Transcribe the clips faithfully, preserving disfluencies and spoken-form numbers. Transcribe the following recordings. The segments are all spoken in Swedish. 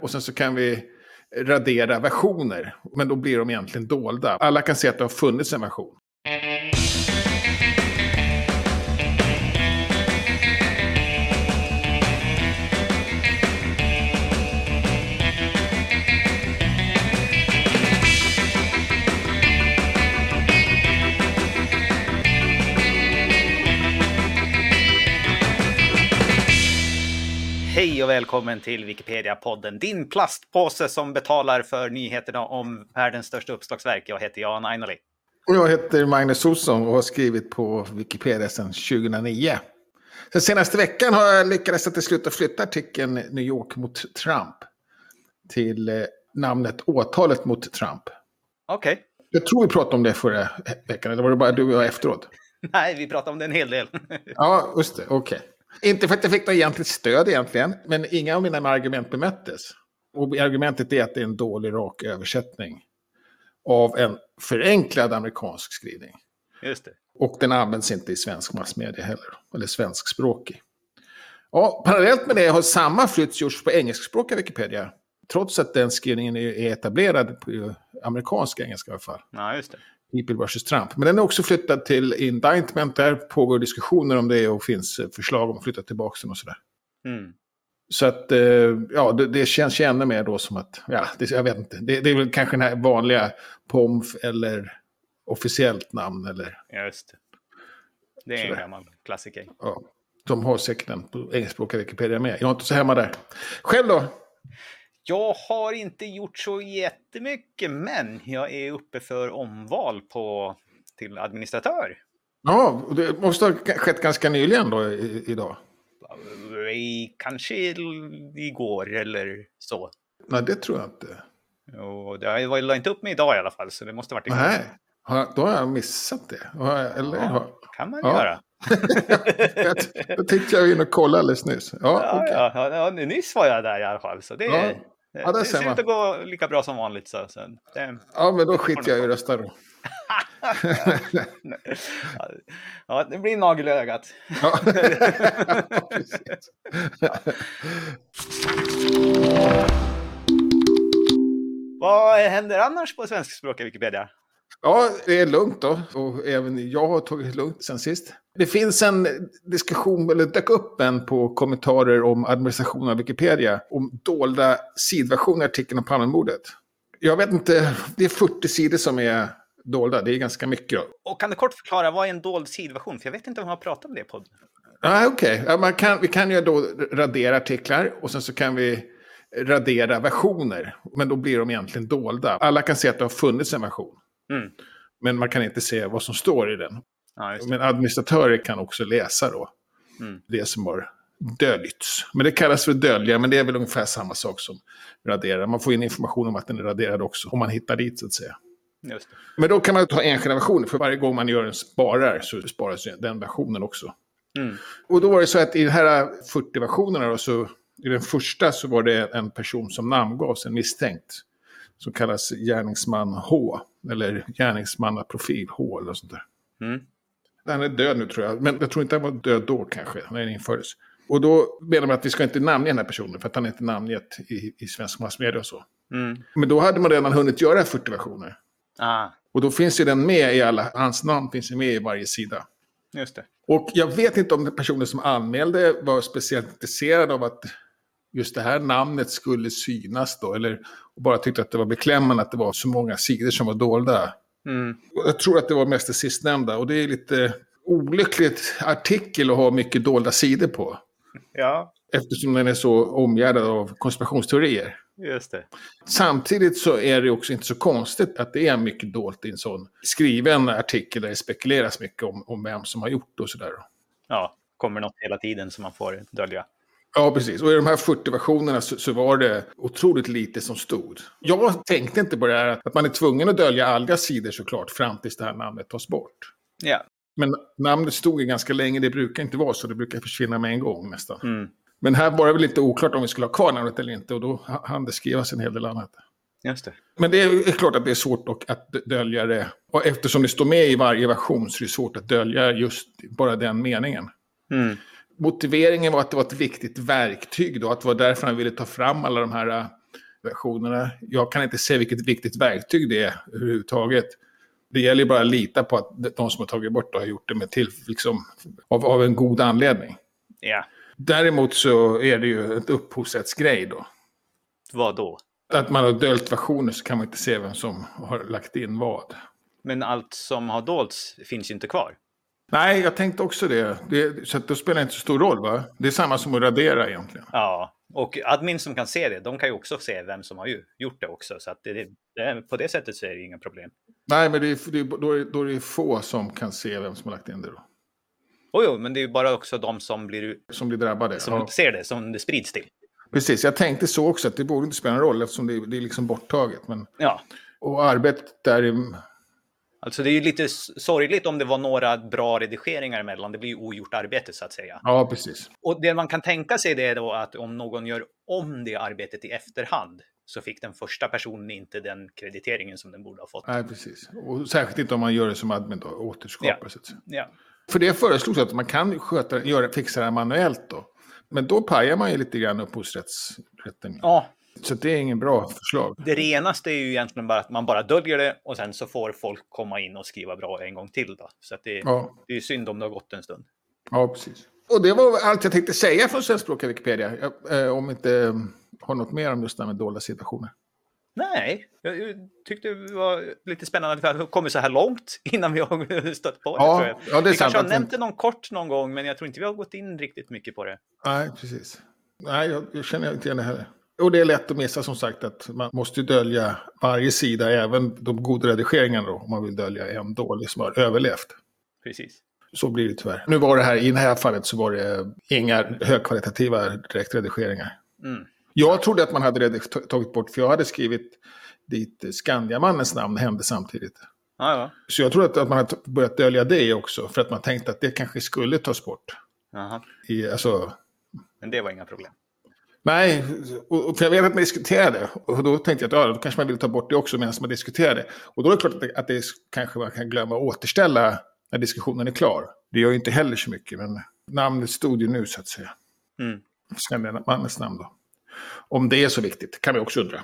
Och sen så kan vi radera versioner. Men då blir de egentligen dolda. Alla kan se att det har funnits en version. Hej och välkommen till Wikipedia-podden, din plastpåse som betalar för nyheterna om världens största uppslagsverk. Jag heter Jan Ainali. Och jag heter Magnus Olsson och har skrivit på Wikipedia sedan tjugohundranio. Den senaste veckan har jag lyckats att till slut flytta artikeln New York mot Trump till eh, namnet Åtalet mot Trump. Okej. Okay. Jag tror vi pratade om det förra veckan, eller var det bara du och jag efteråt? Nej, vi pratade om det en hel del. Ja, just det, okej. Okay. Inte för att jag fick något egentligt stöd egentligen, men inga av mina argument bemöttes. Och argumentet är att det är en dålig rak översättning av en förenklad amerikansk skrivning. Just det. Och den används inte i svensk massmedia heller, eller svenskspråkig. Ja, parallellt med det har samma flytt gjorts på engelskspråkiga Wikipedia, trots att den skrivningen är etablerad på amerikansk engelska i alla fall. Ja, just det. People versus Trump. Men den är också flyttad till Indictment. Där pågår diskussioner om det och finns förslag om att flytta tillbaka den och sådär. Mm. Så att, ja, det, det känns ju ännu mer då som att, ja, det, jag vet inte. Det, det är väl kanske den här vanliga P O M F eller officiellt namn eller... Ja, just det. Det är sådär. En gammal klassiker. Ja, de har säkert den på engelskspråkiga Wikipedia med. Jag är inte så hemma där. Själv då? Jag har inte gjort så jättemycket, men jag är uppe för omval på, till administratör. Ja, och det måste ha skett ganska nyligen då i, idag. Kanske igår eller så. Nej, det tror jag inte. Jo, det var ju inte upp med idag i alla fall, så det måste ha varit igår. Nej, då har jag missat det. Jag, eller, ja, kan man ja. göra. jag, jag tänkte jag in och kolla alldeles nyss. Ja, ja, okay. ja, ja, nyss var jag där i alla fall, så det är... Ja. Ja, det, det ser ut att gå lika bra som vanligt. Så, så det, ja, men då skiter jag i rösta då. Ja, det blir nagel i ögat. Ja. Ja. Vad händer annars på svenskspråkiga Wikipedia? Ja, det är lugnt då. Och även jag har tagit lugnt sen sist. Det finns en diskussion, eller dök upp en på kommentarer om administration av Wikipedia. Om dolda sidversioner i artikeln om Palmemordet. Jag vet inte, det är fyrtio sidor som är dolda. Det är ganska mycket. Och kan du kort förklara, vad är en dold sidversion? För jag vet inte om jag har pratat om det på. Ja, okej. Okay. Ja, man kan, vi kan ju då radera artiklar och sen så kan vi radera versioner. Men då blir de egentligen dolda. Alla kan se att det har funnits en version. Mm. Men man kan inte se vad som står i den. Ja, men administratörer kan också läsa då. Mm. Det som har döljts. Men det kallas för dölja, men det är väl ungefär samma sak som radera. Man får in information om att den är raderad också. Om man hittar dit så att säga. Just det. Men då kan man ta enskilda versioner. För varje gång man gör en sparar så sparas den versionen också. Mm. Och då var det så att i de här fyrtio-versionerna då, så i den första så var det en person som namngavs, en misstänkt. Som kallas gärningsman H. Eller gärningsmannaprofil H eller sånt där. Mm. Han är död nu tror jag. Men jag tror inte han var död då kanske. När den infördes. Och då menar man att vi ska inte namnge den här personen. För att han är inte namngett i, i svensk massmedia och så. Mm. Men då hade man redan hunnit göra fyrtio versioner. Ah. Och då finns ju den med i alla. Hans namn finns ju med i varje sida. Just det. Och jag vet inte om den personen som anmälde var speciellt intresserad av att just det här namnet skulle synas då. Eller bara tyckte att det var beklämmande att det var så många sidor som var dolda. Mm. Jag tror att det var mest det sistnämnda. Och det är lite olyckligt artikel att ha mycket dolda sidor på. Ja. Eftersom den är så omgärdad av konspirationsteorier. Just det. Samtidigt så är det också inte så konstigt att det är mycket dolt i en sån skriven artikel där det spekuleras mycket om, om vem som har gjort det och sådär. Ja, kommer något hela tiden som man får dölja. Ja, precis. Och i de här fyrtio-versionerna så, så var det otroligt lite som stod. Jag tänkte inte på det här att man är tvungen att dölja alla sidor såklart fram tills det här namnet tas bort. Ja. Men namnet stod ju ganska länge, det brukar inte vara så, det brukar försvinna med en gång nästan. Mm. Men här var det väl lite oklart om vi skulle ha kvar namnet eller inte och då hann det skrivas en hel del annat. Just det. Men det är klart att det är svårt att dölja det. Och eftersom det står med i varje version så är det svårt att dölja just bara den meningen. Mm. Motiveringen var att det var ett viktigt verktyg då. Att det var därför han ville ta fram alla de här versionerna. Jag kan inte se vilket viktigt verktyg det är överhuvudtaget. Det gäller bara att lita på att de som har tagit bort det har gjort det med till, liksom, av, av en god anledning. Ja. Däremot så är det ju ett upphovsrättsgrej då. Vad då? Att man har dölt versioner så kan man inte se vem som har lagt in vad. Men allt som har dolts finns ju inte kvar. Nej, jag tänkte också det. det så att det spelar inte så stor roll, va? Det är samma som att radera egentligen. Ja, och admin som kan se det, de kan ju också se vem som har gjort det också. Så att det, det, på det sättet så är det inga problem. Nej, men det är, det är, då, är, då är det få som kan se vem som har lagt in det då. Oh, jo, men det är ju bara också de som blir, som blir drabbade. Som ja. ser det, som det sprids till. Precis, jag tänkte så också att det borde inte spela någon roll eftersom det, det är liksom borttaget. Men... Ja. Och arbetet där är... Alltså det är ju lite sorgligt om det var några bra redigeringar emellan. Det blir ju ogjort arbete så att säga. Ja, precis. Och det man kan tänka sig det är då att om någon gör om det arbetet i efterhand så fick den första personen inte den krediteringen som den borde ha fått. Nej, precis. Och särskilt inte om man gör det som admin då, återskapar ja. så att säga. Ja. För det föreslogs att man kan sköta, göra, fixa det här manuellt då. Men då pajar man ju lite grann upphovsrätten. Ja. Så det är ingen bra förslag. Det renaste är ju egentligen bara att man bara döljer det och sen så får folk komma in och skriva bra en gång till då. Så att det, ja. det är synd om det har gått en stund. Ja, precis. Och det var allt jag tänkte säga från svenskspråkiga Wikipedia. Jag, eh, om inte eh, har något mer om just det här med dolda situationer. Nej, jag, jag tyckte det var lite spännande att vi har kommit så här långt innan vi har stött på det. Ja, tror jag. Ja, det är vi kanske har nämnt inte... det någon kort någon gång, men jag tror inte vi har gått in riktigt mycket på det. Nej, precis. Nej, jag, jag känner inte igen det heller. Och det är lätt att missa som sagt att man måste dölja varje sida, även de goda redigeringarna då, om man vill dölja en dålig som har överlevt. Precis. Så blir det tyvärr. Nu var det här, i det här fallet så var det inga högkvalitativa direktredigeringar. Mm. Jag trodde att man hade redig- tagit bort, för jag hade skrivit dit Skandiamannens namn hände samtidigt. Ja, ja. Så jag trodde att man hade börjat dölja det också, för att man tänkte att det kanske skulle tas bort. Aha. I, alltså... Men det var inga problem. Nej, och för jag vet att man diskuterade. Och då tänkte jag att ja, då kanske man vill ta bort det också medan man diskuterade. Och då är det klart att det, att det kanske man kan glömma att återställa när diskussionen är klar. Det gör ju inte heller så mycket, men namnet stod ju nu så att säga. Mm. Skandiamannens namn då. Om det är så viktigt kan vi också undra.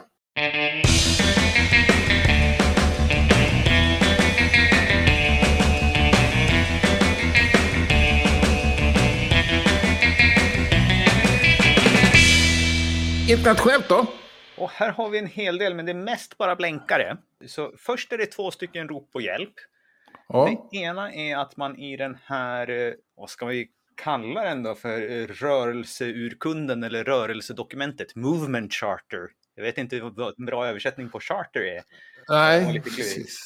Internationellt då? Och här har vi en hel del, men det är mest bara blänkare. Så först är det två stycken rop på hjälp. Ja. Det ena är att man i den här, vad ska vi kalla den då, för rörelseurkunden eller rörelsedokumentet, Movement Charter. Jag vet inte vad en bra översättning på charter är. Nej, precis.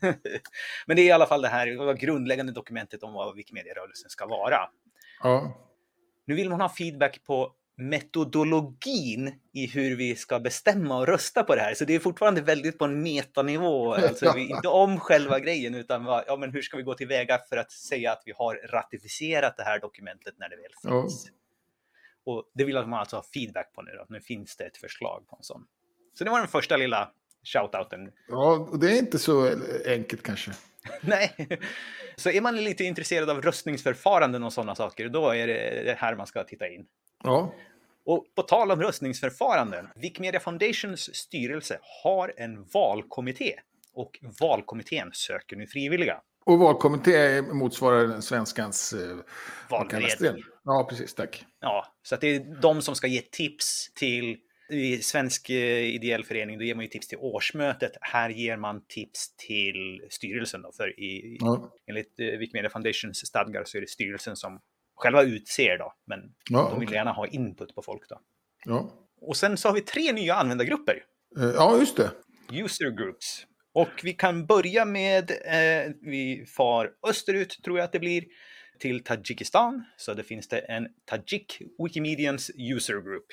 Men det är i alla fall det här grundläggande dokumentet om vad Wikimedia-rörelsen ska vara. Ja. Nu vill man ha feedback på metodologin i hur vi ska bestämma och rösta på det här. Så det är fortfarande väldigt på en metanivå. Alltså vi, inte om själva grejen, utan vad, ja, men hur ska vi gå tillväga för att säga att vi har ratificerat det här dokumentet när det väl finns. Ja. Och det vill man alltså ha feedback på nu då. Nu finns det ett förslag på en sån. Så det var den första lilla shoutouten. Ja, och det är inte så enkelt kanske. Nej, så är man lite intresserad av röstningsförfaranden och sådana saker, då är det här man ska titta in. Ja. Och på tal om röstningsförfaranden, Wikimedia Foundations styrelse har en valkommitté och valkommittén söker nu frivilliga. Och valkommitté motsvarar svenskans eh, valberedning. Ja, precis, tack. Ja, så att det är de som ska ge tips till i svensk eh, ideell förening, då ger man ju tips till årsmötet. Här ger man tips till styrelsen då, för i, ja. enligt eh, Wikimedia Foundations stadgar så är det styrelsen som själva utser då, men ja, de vill okay. gärna ha input på folk då. Ja. Och sen så har vi tre nya användargrupper. Uh, ja, just det. User groups. Och vi kan börja med, eh, vi far österut tror jag att det blir, till Tadzjikistan. Så det finns det en Tajik Wikimedians User Group.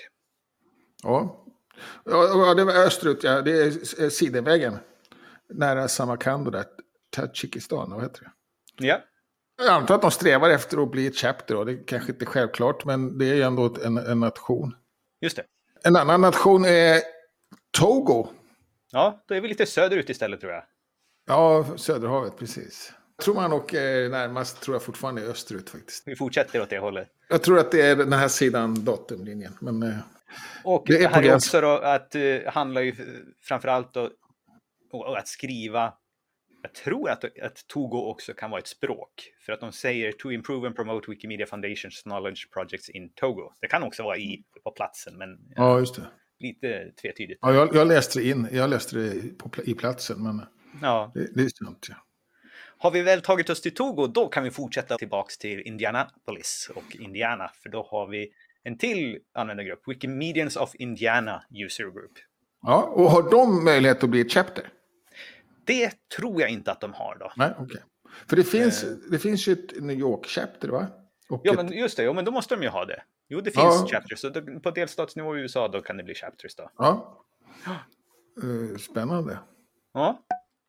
Ja, ja det var österut, ja. Det är sidenvägen. Nära Samarkand där. Tadzjikistan, vad heter det? Ja. Jag antar att de strävar efter att bli ett chapter då. Det är kanske inte självklart, men det är ändå en, en nation. Just det. En annan nation är Togo. Ja, då är vi lite söderut istället tror jag. Ja, Söderhavet, precis. Tror man och närmast tror jag fortfarande är österut faktiskt. Vi fortsätter åt det hållet. Jag tror att det är den här sidan datumlinjen. Men, Och Det det, är på här är gräns. också då att uh, handlar ju framförallt då, och, och att skriva. Jag tror att, att Togo också kan vara ett språk. För att de säger to improve and promote Wikimedia Foundation's knowledge projects in Togo. Det kan också vara i, på platsen, men ja, Ja, just det. lite tvetydigt. Ja, jag, jag läste det in, jag läste det på, i platsen, men Ja. det, det är sant. Ja. Har vi väl tagit oss till Togo, då kan vi fortsätta tillbaks till Indianapolis och Indiana. För då har vi en till användargrupp, Wikimedians of Indiana User Group. Ja, och har de möjlighet att bli ett chapter? Det tror jag inte att de har då. Nej, okej. Okay. För det finns, uh, det finns ju ett New York-chapter, va? Och ja, ett... men just det. Jo, men då måste de ju ha det. Jo, det finns ja. chapters. Så då, på delstatsnivå i U S A då kan det bli chapters då. Ja. Uh, spännande. Ja.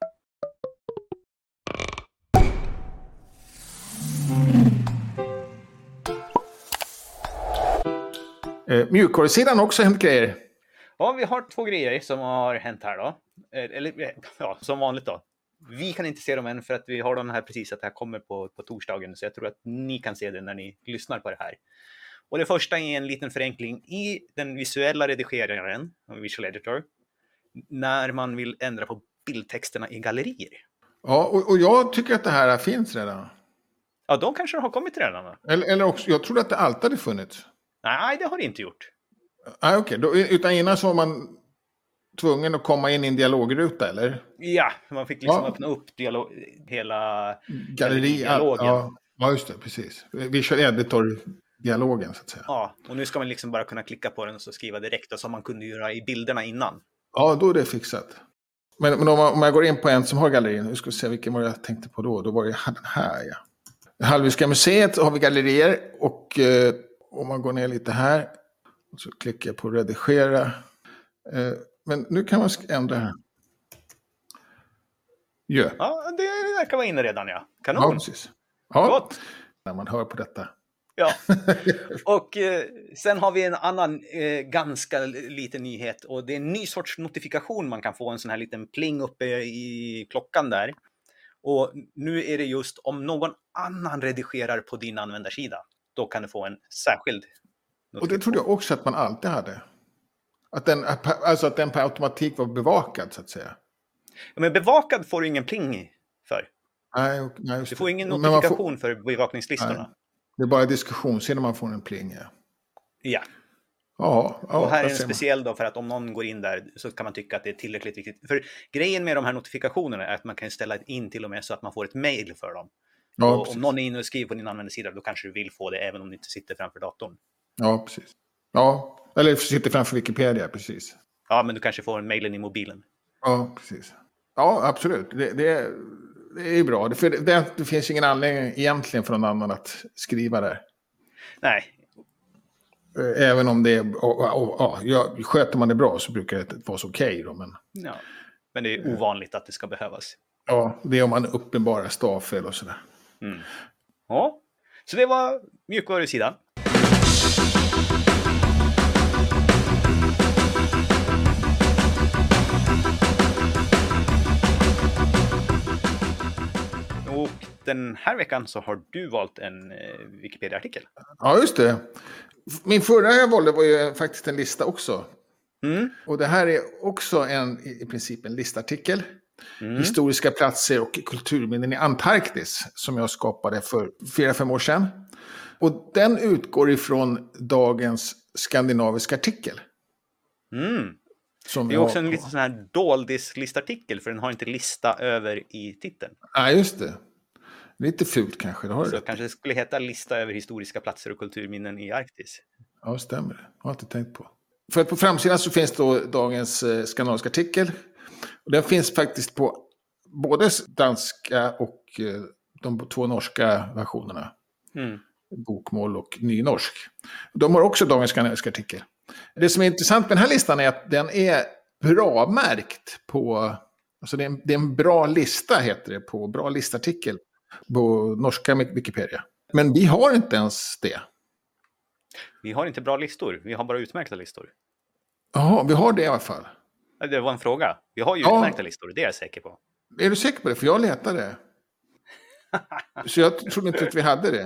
Uh, mjukvarusidan också hänt grejer. Ja, vi har två grejer som har hänt här då. Eller ja, som vanligt då. Vi kan inte se dem än för att vi har dem här precis att det här kommer på, på torsdagen. Så jag tror att ni kan se det när ni lyssnar på det här. Och det första är en liten förenkling i den visuella redigeraren, Visual Editor, när man vill ändra på bildtexterna i gallerier. Ja, och, och jag tycker att det här finns redan. Ja, de kanske har kommit redan då. Eller, eller också, jag tror att det alltid hade funnits. Nej, det har det inte gjort. Nej, okej. Okay. Utan innan så var man tvungen att komma in i en dialogruta, eller? Ja, man fick liksom ja. öppna upp dialog, hela Galleri, dialogen. Ja, ja, just det, precis. Visual Editor-dialogen, så att säga. Ja, och nu ska man liksom bara kunna klicka på den och så skriva direkt, som man kunde göra i bilderna innan. Ja, då är det fixat. Men, men om, man, om jag går in på en som har galleri, nu ska vi se vilken var jag tänkte på då. Då var det den här, ja. Hallwylska museet har vi gallerier, och eh, om man går ner lite här och så klickar jag på redigera. Eh, men nu kan man ändra här. Ja, ja det verkar vara inne redan, ja. Kanon. Ja, precis. Ja, gott. När man hör på detta. Ja, och eh, sen har vi en annan eh, ganska liten nyhet, och det är en ny sorts notifikation man kan få, en sån här liten pling uppe i klockan där. Och nu är det just om någon annan redigerar på din användarsida, då kan du få en särskild notifikation. Och det trodde jag också att man alltid hade. Att den, alltså att den på automatik var bevakad, så att säga. Ja, men bevakad får du ingen pling för. Nej, nej, just du får ingen det. notifikation får... för bevakningslistorna. Nej. Det är bara diskussionssidan man får en pling, ja. Ja. Ja, ja, och här är en speciell då, för att om någon går in där så kan man tycka att det är tillräckligt viktigt. För grejen med de här notifikationerna är att man kan ställa in till och med så att man får ett mejl för dem. Ja, och om någon är inne och skriver på din användarsida, då kanske du vill få det även om du inte sitter framför datorn. Ja, precis. Ja, eller sitter framför Wikipedia, precis. Ja, men du kanske får mejlen i mobilen. Ja, precis. Ja, absolut. Det, det, det är bra. För det, det finns ingen anledning egentligen för någon annan att skriva där. Nej. Även om det är, och, och, och, ja, sköter man det bra så brukar det vara så okej då. Men, ja, men det är ovanligt att det ska behövas. Ja, det är om man uppenbarar stavfel och sådär. Mm. Ja, så det var mjukvarusidan. Och den här veckan så har du valt en eh, Wikipedia-artikel. Ja, just det. Min förra jag valde var ju faktiskt en lista också. Mm. Och det här är också en, i princip en listartikel. Mm. Historiska platser och kulturminnen i Antarktis som jag skapade för fyra, fem år sedan. Och den utgår ifrån dagens skandinaviska artikel. Mm. Som det är också en liten sån här doldis-listartikel, för den har inte lista över i titeln. Ja, just det. Lite fult kanske. Det har Så det. kanske det skulle heta lista över historiska platser och kulturminnen i Arktis. Ja, stämmer. Det har jag inte tänkt på. För att på framsidan så finns då dagens eh, skandinaviska artikel. Och den finns faktiskt på både danska och eh, de två norska versionerna. Mm. Bokmål och nynorsk. De har också dagens skandinaviska artikel. Det som är intressant med den här listan är att den är bra märkt på... Alltså det är en, det är en bra lista, heter det, på bra listartikel på norska Wikipedia. Men vi har inte ens det. Vi har inte bra listor, vi har bara utmärkta listor. Ja, vi har det i alla fall. Det var en fråga. Vi har ju ja. utmärkta listor, det är jag säker på. Är du säker på det? För jag letade. Så jag trodde inte att vi hade det.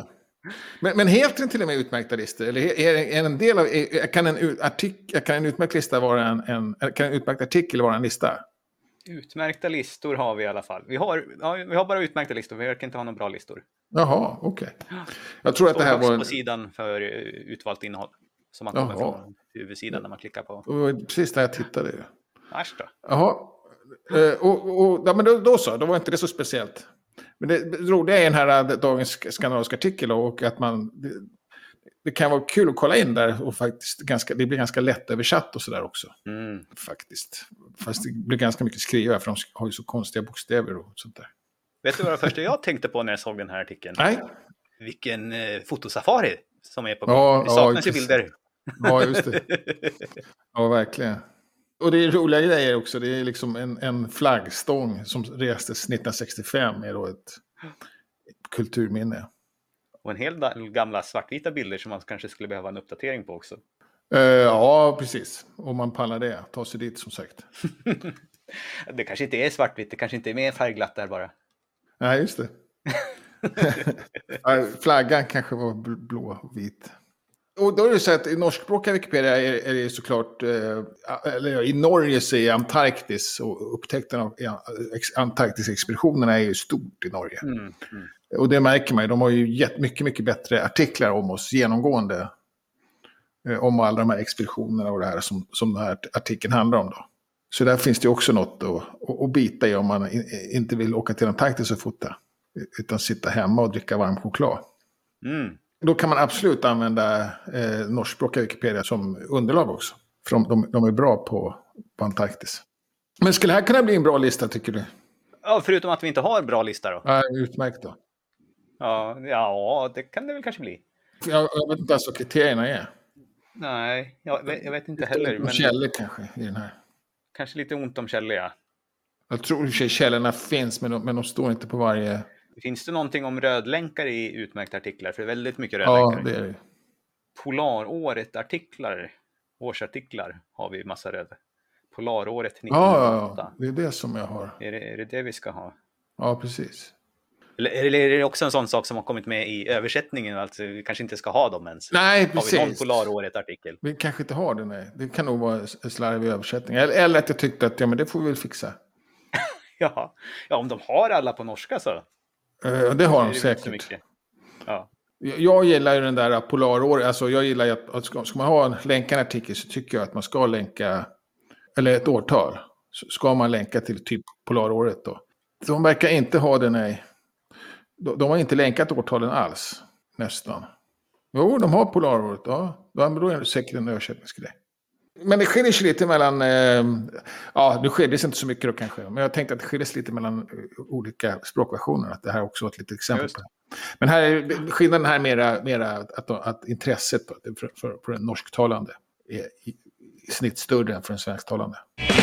Men, men heter den till och med utmärkta listor? Eller är, är en del av, är, kan, en artik, kan en utmärkt lista vara en, en, kan en utmärkt artikel vara en lista? Utmärkta listor har vi i alla fall. Vi har, ja, vi har bara utmärkta listor, vi verkar inte ha några bra listor. Jaha, okej. Okay. Jag tror att det här var... på sidan för utvalt innehåll. Som man kommer Jaha. från huvudsidan när man klickar på. Det var precis där jag tittade ju. Äsch då. Jaha. Och, och, ja, men då, då så, då var inte det så speciellt. Men det, det roliga är den här dagens skandinaviska artikel och att man... Det, det kan vara kul att kolla in där och faktiskt ganska, det blir ganska lätt översatt och sådär också. Mm. Faktiskt. Fast det blir ganska mycket skriva för de har ju så konstiga bokstäver och sånt där. Vet du vad det första jag tänkte på när jag såg den här artikeln? Nej. Vilken eh, fotosafari som är på ja, det saknas ja, ju bilder. Ja, just det. Ja, verkligen. Och det är roliga grejer också. Det är liksom en, en flaggstång som restes nittonhundrasextiofem är då ett kulturminne. Och en hel del gamla svartvita bilder som man kanske skulle behöva en uppdatering på också. Uh, ja, precis. Om man pallar det. Ta sig dit som sagt. Det kanske inte är svartvitt. Det kanske inte är mer färgglatt där bara. Nej, just det. Flaggan kanske var blå och vit. Och då är det så att i norskspråkiga Wikipedia är, är det såklart, eh, eller i Norge så är Antarktis och upptäckten av ja, Antarktis-expeditionerna är ju stort i Norge. Mm, mm. Och det märker man ju, de har ju gett mycket, mycket bättre artiklar om oss genomgående. Eh, om alla de här expeditionerna och det här som, som den här artikeln handlar om då. Så där finns det också något att, att, att bita i om man inte vill åka till Antarktis och fota. Utan sitta hemma och dricka varm choklad. Mm. Då kan man absolut använda eh, norskspråkiga Wikipedia som underlag också. För de, de, de är bra på, på Antarktis. Men skulle det här kunna bli en bra lista tycker du? Ja, förutom att vi inte har bra lista då. Ja, utmärkt då. Ja, ja, det kan det väl kanske bli. Jag, jag vet inte ens vad kriterierna är. Nej, jag vet, jag vet inte heller. Men... källor kanske i den här. Kanske lite ont om källor, ja. Jag tror att källorna finns, men de, men de står inte på varje... Finns det någonting om rödlänkar i utmärkta artiklar? För det är väldigt mycket rödlänkar. Ja, det är det. Polaråret-artiklar, årsartiklar har vi massa röda. Polaråret nittonhundraåtta. Ja, det är det som jag har. Är det, är det det vi ska ha? Ja, precis. Eller är det också en sån sak som har kommit med i översättningen? Alltså vi kanske inte ska ha dem ens. Nej, precis. Har vi någon Polaråret-artikel? Vi kanske inte har det, nej. Det kan nog vara en slarvig översättning. Eller, eller att jag tyckte att ja, men det får vi väl fixa. ja. ja, om de har alla på norska så. Uh, det har de säkert. Ja. Jag gillar ju den där Polaråret. Alltså jag gillar ju att, att ska, ska man ha en länka en artikel så tycker jag att man ska länka, eller ett årtal, så ska man länka till typ Polaråret då. De verkar inte ha det, nej. De, de har inte länkat årtalen alls, nästan. Jo, de har Polaråret, ja. Då är det säkert en översättningsgrej. Men det skiljer sig lite mellan, eh, ja, det skiljer sig inte så mycket då kanske. Men jag tänkte att det skiljer sig lite mellan uh, olika språkversioner. Att det här också var ett litet exempel på det. Men här är skillnaden här mera, mera att, att intresset då, för, för, för den norsktalande är i, i snitt större än för den svensktalande.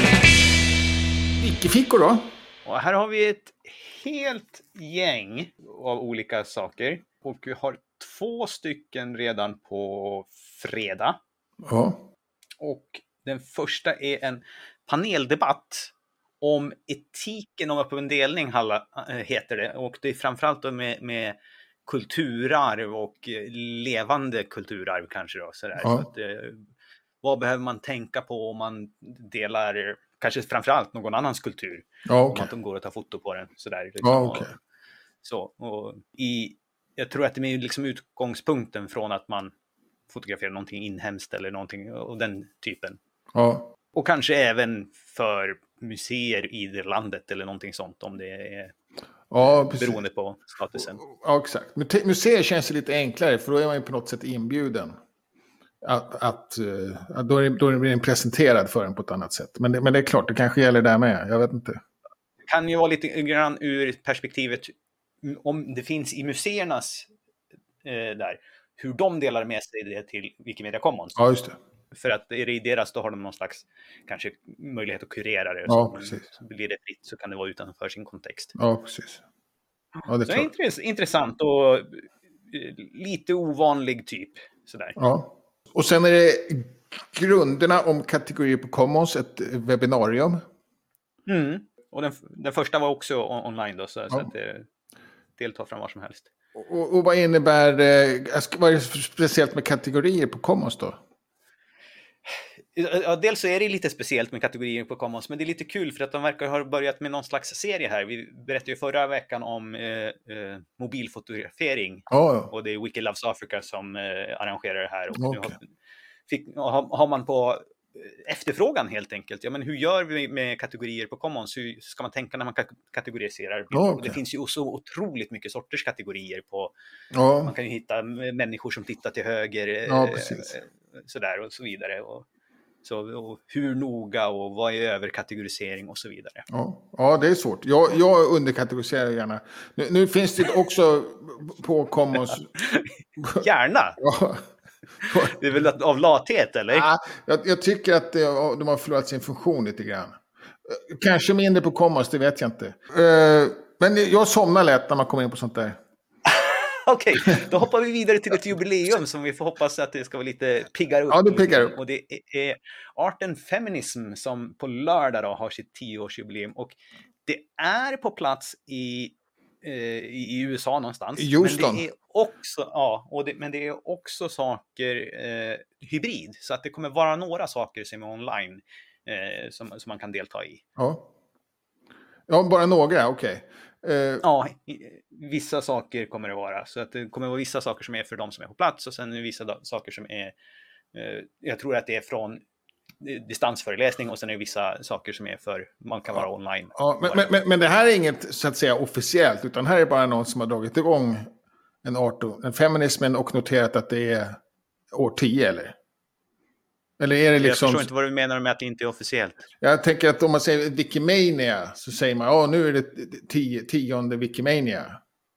Icke-fickor då? Och här har vi ett helt gäng av olika saker. Och vi har två stycken redan på fredag. Ja. Och den första är en paneldebatt om etiken om öppen delning heter det. Och det är framförallt då med, med kulturarv och levande kulturarv kanske då. Sådär. Ja. Så att, vad behöver man tänka på om man delar kanske framförallt någon annans kultur? Ja, okay. Om att de går och tar foto på den. Sådär, liksom. Ja, okay. och, så, och i, jag tror att det är liksom utgångspunkten från att man fotografera någonting inhemskt eller någonting och den typen. Ja. Och kanske även för museer i det landet eller någonting sånt om det är ja, beroende på statusen. Ja, exakt. Museer känns lite enklare för då är man ju på något sätt inbjuden. Att, att, att då, är, då är den presenterad för en på ett annat sätt. Men det, men det är klart, det kanske gäller där med. Jag vet inte. Det kan ju vara lite grann ur perspektivet om det finns i museernas eh, där. Hur de delar med sig det till Wikimedia Commons. Ja, just det. För att är det i deras då har de någon slags kanske möjlighet att kurera det. Ja, så, precis. Så blir det fritt så kan det vara utanför sin kontext. Ja, precis. Ja, det är så det är intressant och lite ovanlig typ. Sådär. Ja. Och sen är det grunderna om kategorier på Commons, ett webbinarium. Mm. Och den, den första var också online då, så, ja. så att det deltar från var som helst. Och, och vad innebär det? Vad är det speciellt med kategorier på Commons då? Ja, dels så är det lite speciellt med kategorier på Commons, men det är lite kul för att de verkar ha börjat med någon slags serie här. Vi berättade ju förra veckan om eh, eh, mobilfotografering Oh. och det är Wiki Loves Africa som eh, arrangerar det här. Och Okay. nu har, fick, har, har man på efterfrågan helt enkelt. Ja, men hur gör vi med kategorier på Commons? Hur ska man tänka när man kategoriserar? Okay. Och det finns ju så otroligt mycket sorters kategorier på. Oh. Man kan ju hitta människor som tittar till höger, ja, eh, sådär och så vidare. Och, så, och hur noga och vad är överkategorisering och så vidare. Ja, ja det är svårt. Jag, jag underkategoriserar gärna. Nu, nu finns det också på Commons... Gärna? Ja. Det är väl av lathet, eller? Ja, jag, jag tycker att det, de har förlorat sin funktion lite grann. Kanske mindre på Commons, det vet jag inte. Men jag somnar lätt när man kommer in på sånt där. Okej, okay, då hoppar vi vidare till ett jubileum som vi får hoppas att det ska vara lite piggar upp. Ja, det piggar upp. Och det är Art and Feminism som på lördag då har sitt tioårsjubileum. Och det är på plats i, eh, i U S A någonstans. I Houston. Men det är också, ja, och det, men det är också saker eh, hybrid. Så att det kommer vara några saker som är online eh, som, som man kan delta i. Ja, ja bara några, okej. Okay. Uh, ja, vissa saker kommer det vara. Så att det kommer vara vissa saker som är för de som är på plats. Och sen vissa da- saker som är... Uh, jag tror att det är från distansföreläsning. Och sen är det vissa saker som är för... Man kan vara ja. online. Ja, men, men, men det här är inget så att säga officiellt. Utan här är bara någon som har dragit igång en art en feminismen och noterat att det är år tio, eller? Eller är det liksom... Jag förstår inte vad du menar med att det inte är officiellt. Jag tänker att om man säger Wikimania så säger man, ja nu är det tio, tionde Wikimania.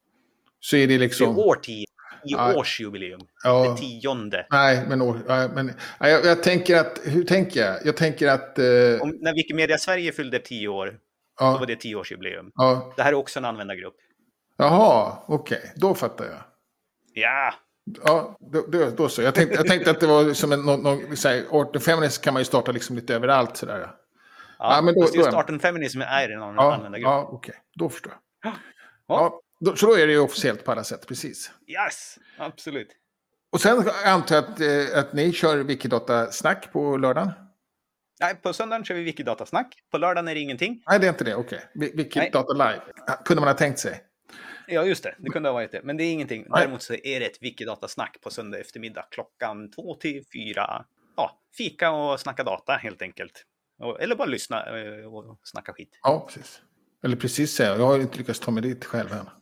Så är det liksom... Det är år tio. I ja, årsjubileum. Ja, det tionde. Nej, men, ja, men ja, jag, jag tänker att, hur tänker jag? Jag tänker att... Eh, om, när Wikimedia Sverige fyllde tio år, ja, då var det tioårsjubileum. Ja. Det här är också en användargrupp. Jaha, okej. Okay. Då fattar jag. Ja. Ja, då, då, då så. Jag tänkte, jag tänkte att det var som en... Någon, någon, så här, Art and Feminism kan man ju starta liksom lite överallt sådär. Ja, ja men då, just då Art and Feminism är en ja, användargrupp. Ja, okej. Okay. Då förstår jag. Ja. Ja, då, så då är det ju officiellt på alla sätt, precis. Yes, absolut. Och sen antar jag att, eh, att ni kör Wikidata-snack på lördagen? Nej, på söndagen kör vi Wikidata-snack. På lördagen är det ingenting. Nej, det är inte det. Okej. Okay. Wikidata live. Kunde man ha tänkt sig. Ja, just det. Det kunde ha varit det. Men det är ingenting. Nej. Däremot så är det ett Wikidata-snack på söndag eftermiddag klockan två till fyra. Ja, fika och snacka data helt enkelt. Eller bara lyssna och snacka skit. Ja, precis. Eller precis säga. Jag har inte lyckats ta mig dit själv än.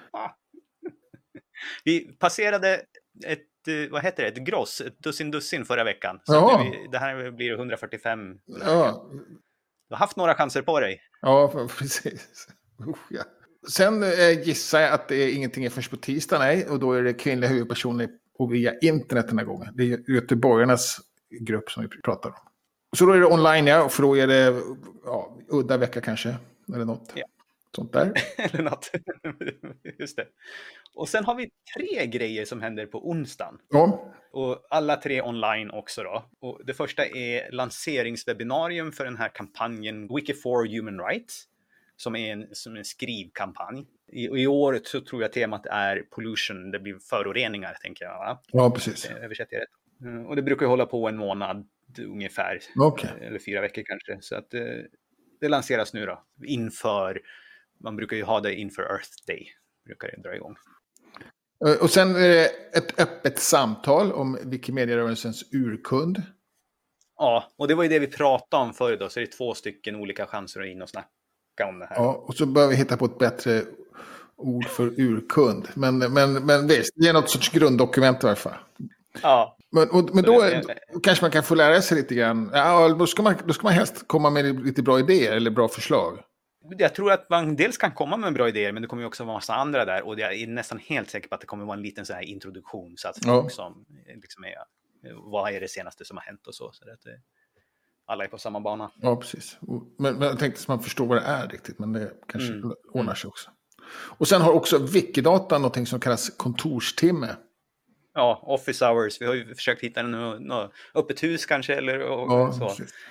Vi passerade ett, vad heter det, ett gross, ett dussin dussin förra veckan. Så vi, det här blir hundrafyrtiofem. Ja. Du har haft några chanser på dig. Ja, precis. Uh, ja. Sen eh, gissar jag att det är ingenting är först på tisdag, nej. Och då är det kvinnliga huvudpersoner och via internet den här gången. Det är Göteborgarnas grupp som vi pratar om. Så då är det online, ja. För då är det ja, udda vecka kanske. Eller något. Ja. Sånt där. Eller något. Just det. Och sen har vi tre grejer som händer på onsdagen. Ja. Och alla tre online också då. Och det första är lanseringswebbinarium för den här kampanjen Wiki for Human Rights. Som är en, som en skrivkampanj. I, I år så tror jag temat är pollution. Det blir föroreningar, tänker jag. Va? Ja, precis. Översätter jag rätt. Och det brukar hålla på en månad ungefär. Okay. Eller fyra veckor kanske. Så att det lanseras nu då. Inför, man brukar ju ha det inför Earth Day. Brukar det dra igång. Och sen är det ett öppet samtal om Wikimedia-rörelsens urkund. Ja, och det var ju det vi pratade om förr då. Så det är två stycken olika chanser att in och snacka om det här. Ja, och så börjar vi hitta på ett bättre ord för urkund. Men, men, men visst, det är något sorts grunddokument i alla fall. Ja. Men, och, men då, är, då kanske man kan få lära sig lite grann. Ja, då ska man, då ska man helst komma med lite bra idéer eller bra förslag. Jag tror att man dels kan komma med bra idéer, men det kommer ju också vara en massa andra där. Och jag är nästan helt säker på att det kommer vara en liten så här introduktion. Så att ja. som, liksom är, vad är det senaste som har hänt och så. Så att det, alla är på samma bana. Ja, precis. Men, men jag tänkte att man förstår vad det är riktigt, men det kanske mm. ordnar sig också. Och sen har också Wikidata någonting som kallas kontorstimme. Ja, office hours. Vi har ju försökt hitta något, något öppet hus kanske. Eller och, ja, så. Precis.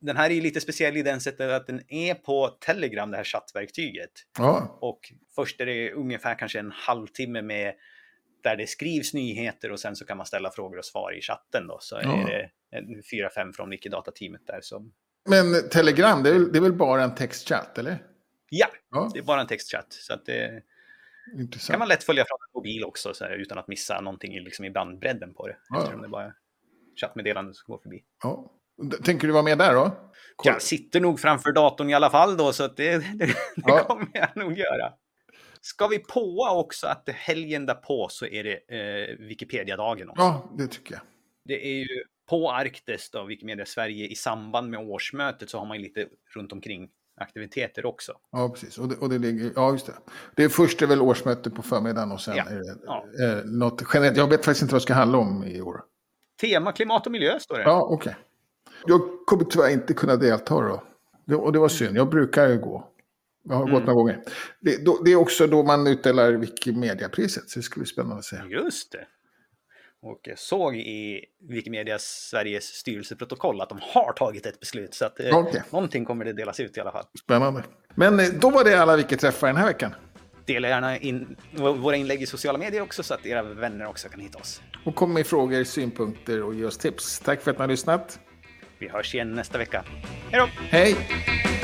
den här är ju lite speciell i den sättet att den är på Telegram, det här chattverktyget. Ja. Och först är det ungefär kanske en halvtimme med där det skrivs nyheter och sen så kan man ställa frågor och svar i chatten då. Så Ja. är det en, fyra, fem från Wikidata-teamet där som... Men Telegram, det är, väl, det är väl bara en textchatt, eller? Ja, Ja. det är bara en textchatt. Så att det Intressant. kan man lätt följa från en mobil också så här, utan att missa någonting i, liksom, i bandbredden på det. Ja. Eftersom det bara är chattmeddelanden som går förbi. Ja. Tänker du vara med där då? Jag sitter nog framför datorn i alla fall då, så att det, det, det Ja. kommer jag nog göra. Ska vi påa också att helgen därpå så är det eh, Wikipedia-dagen också. Ja, det tycker jag. Det är ju på Arktis då, Wikimedia Sverige, i samband med årsmötet så har man ju lite runt omkring aktiviteter också. Ja, precis. Och det, och det ligger, ja, just det. Det är först är väl årsmötet på förmiddagen och sen Ja. är det Ja. eh, något generellt. Jag vet faktiskt inte vad det ska handla om i år. Tema klimat och miljö står det. Ja, okej. Jag kommer tyvärr inte kunna delta då. Det, och det var synd. Jag brukar ju gå. Jag har Mm. gått några gånger. Det, då, det är också då man utdelar Wikimedia-priset. Så det ska bli spännande att se. Just det. Och jag såg i Wikimedia Sveriges styrelseprotokoll att de har tagit ett beslut. Så att eh, Okej. någonting kommer det delas ut i alla fall. Spännande. Men eh, då var det alla Wiki-träffar den här veckan. Dela gärna in våra inlägg i sociala medier också så att era vänner också kan hitta oss. Och kom med frågor, synpunkter och ge oss tips. Tack för att ni har lyssnat. Vi hörs igen nästa vecka. Hej då! Hej!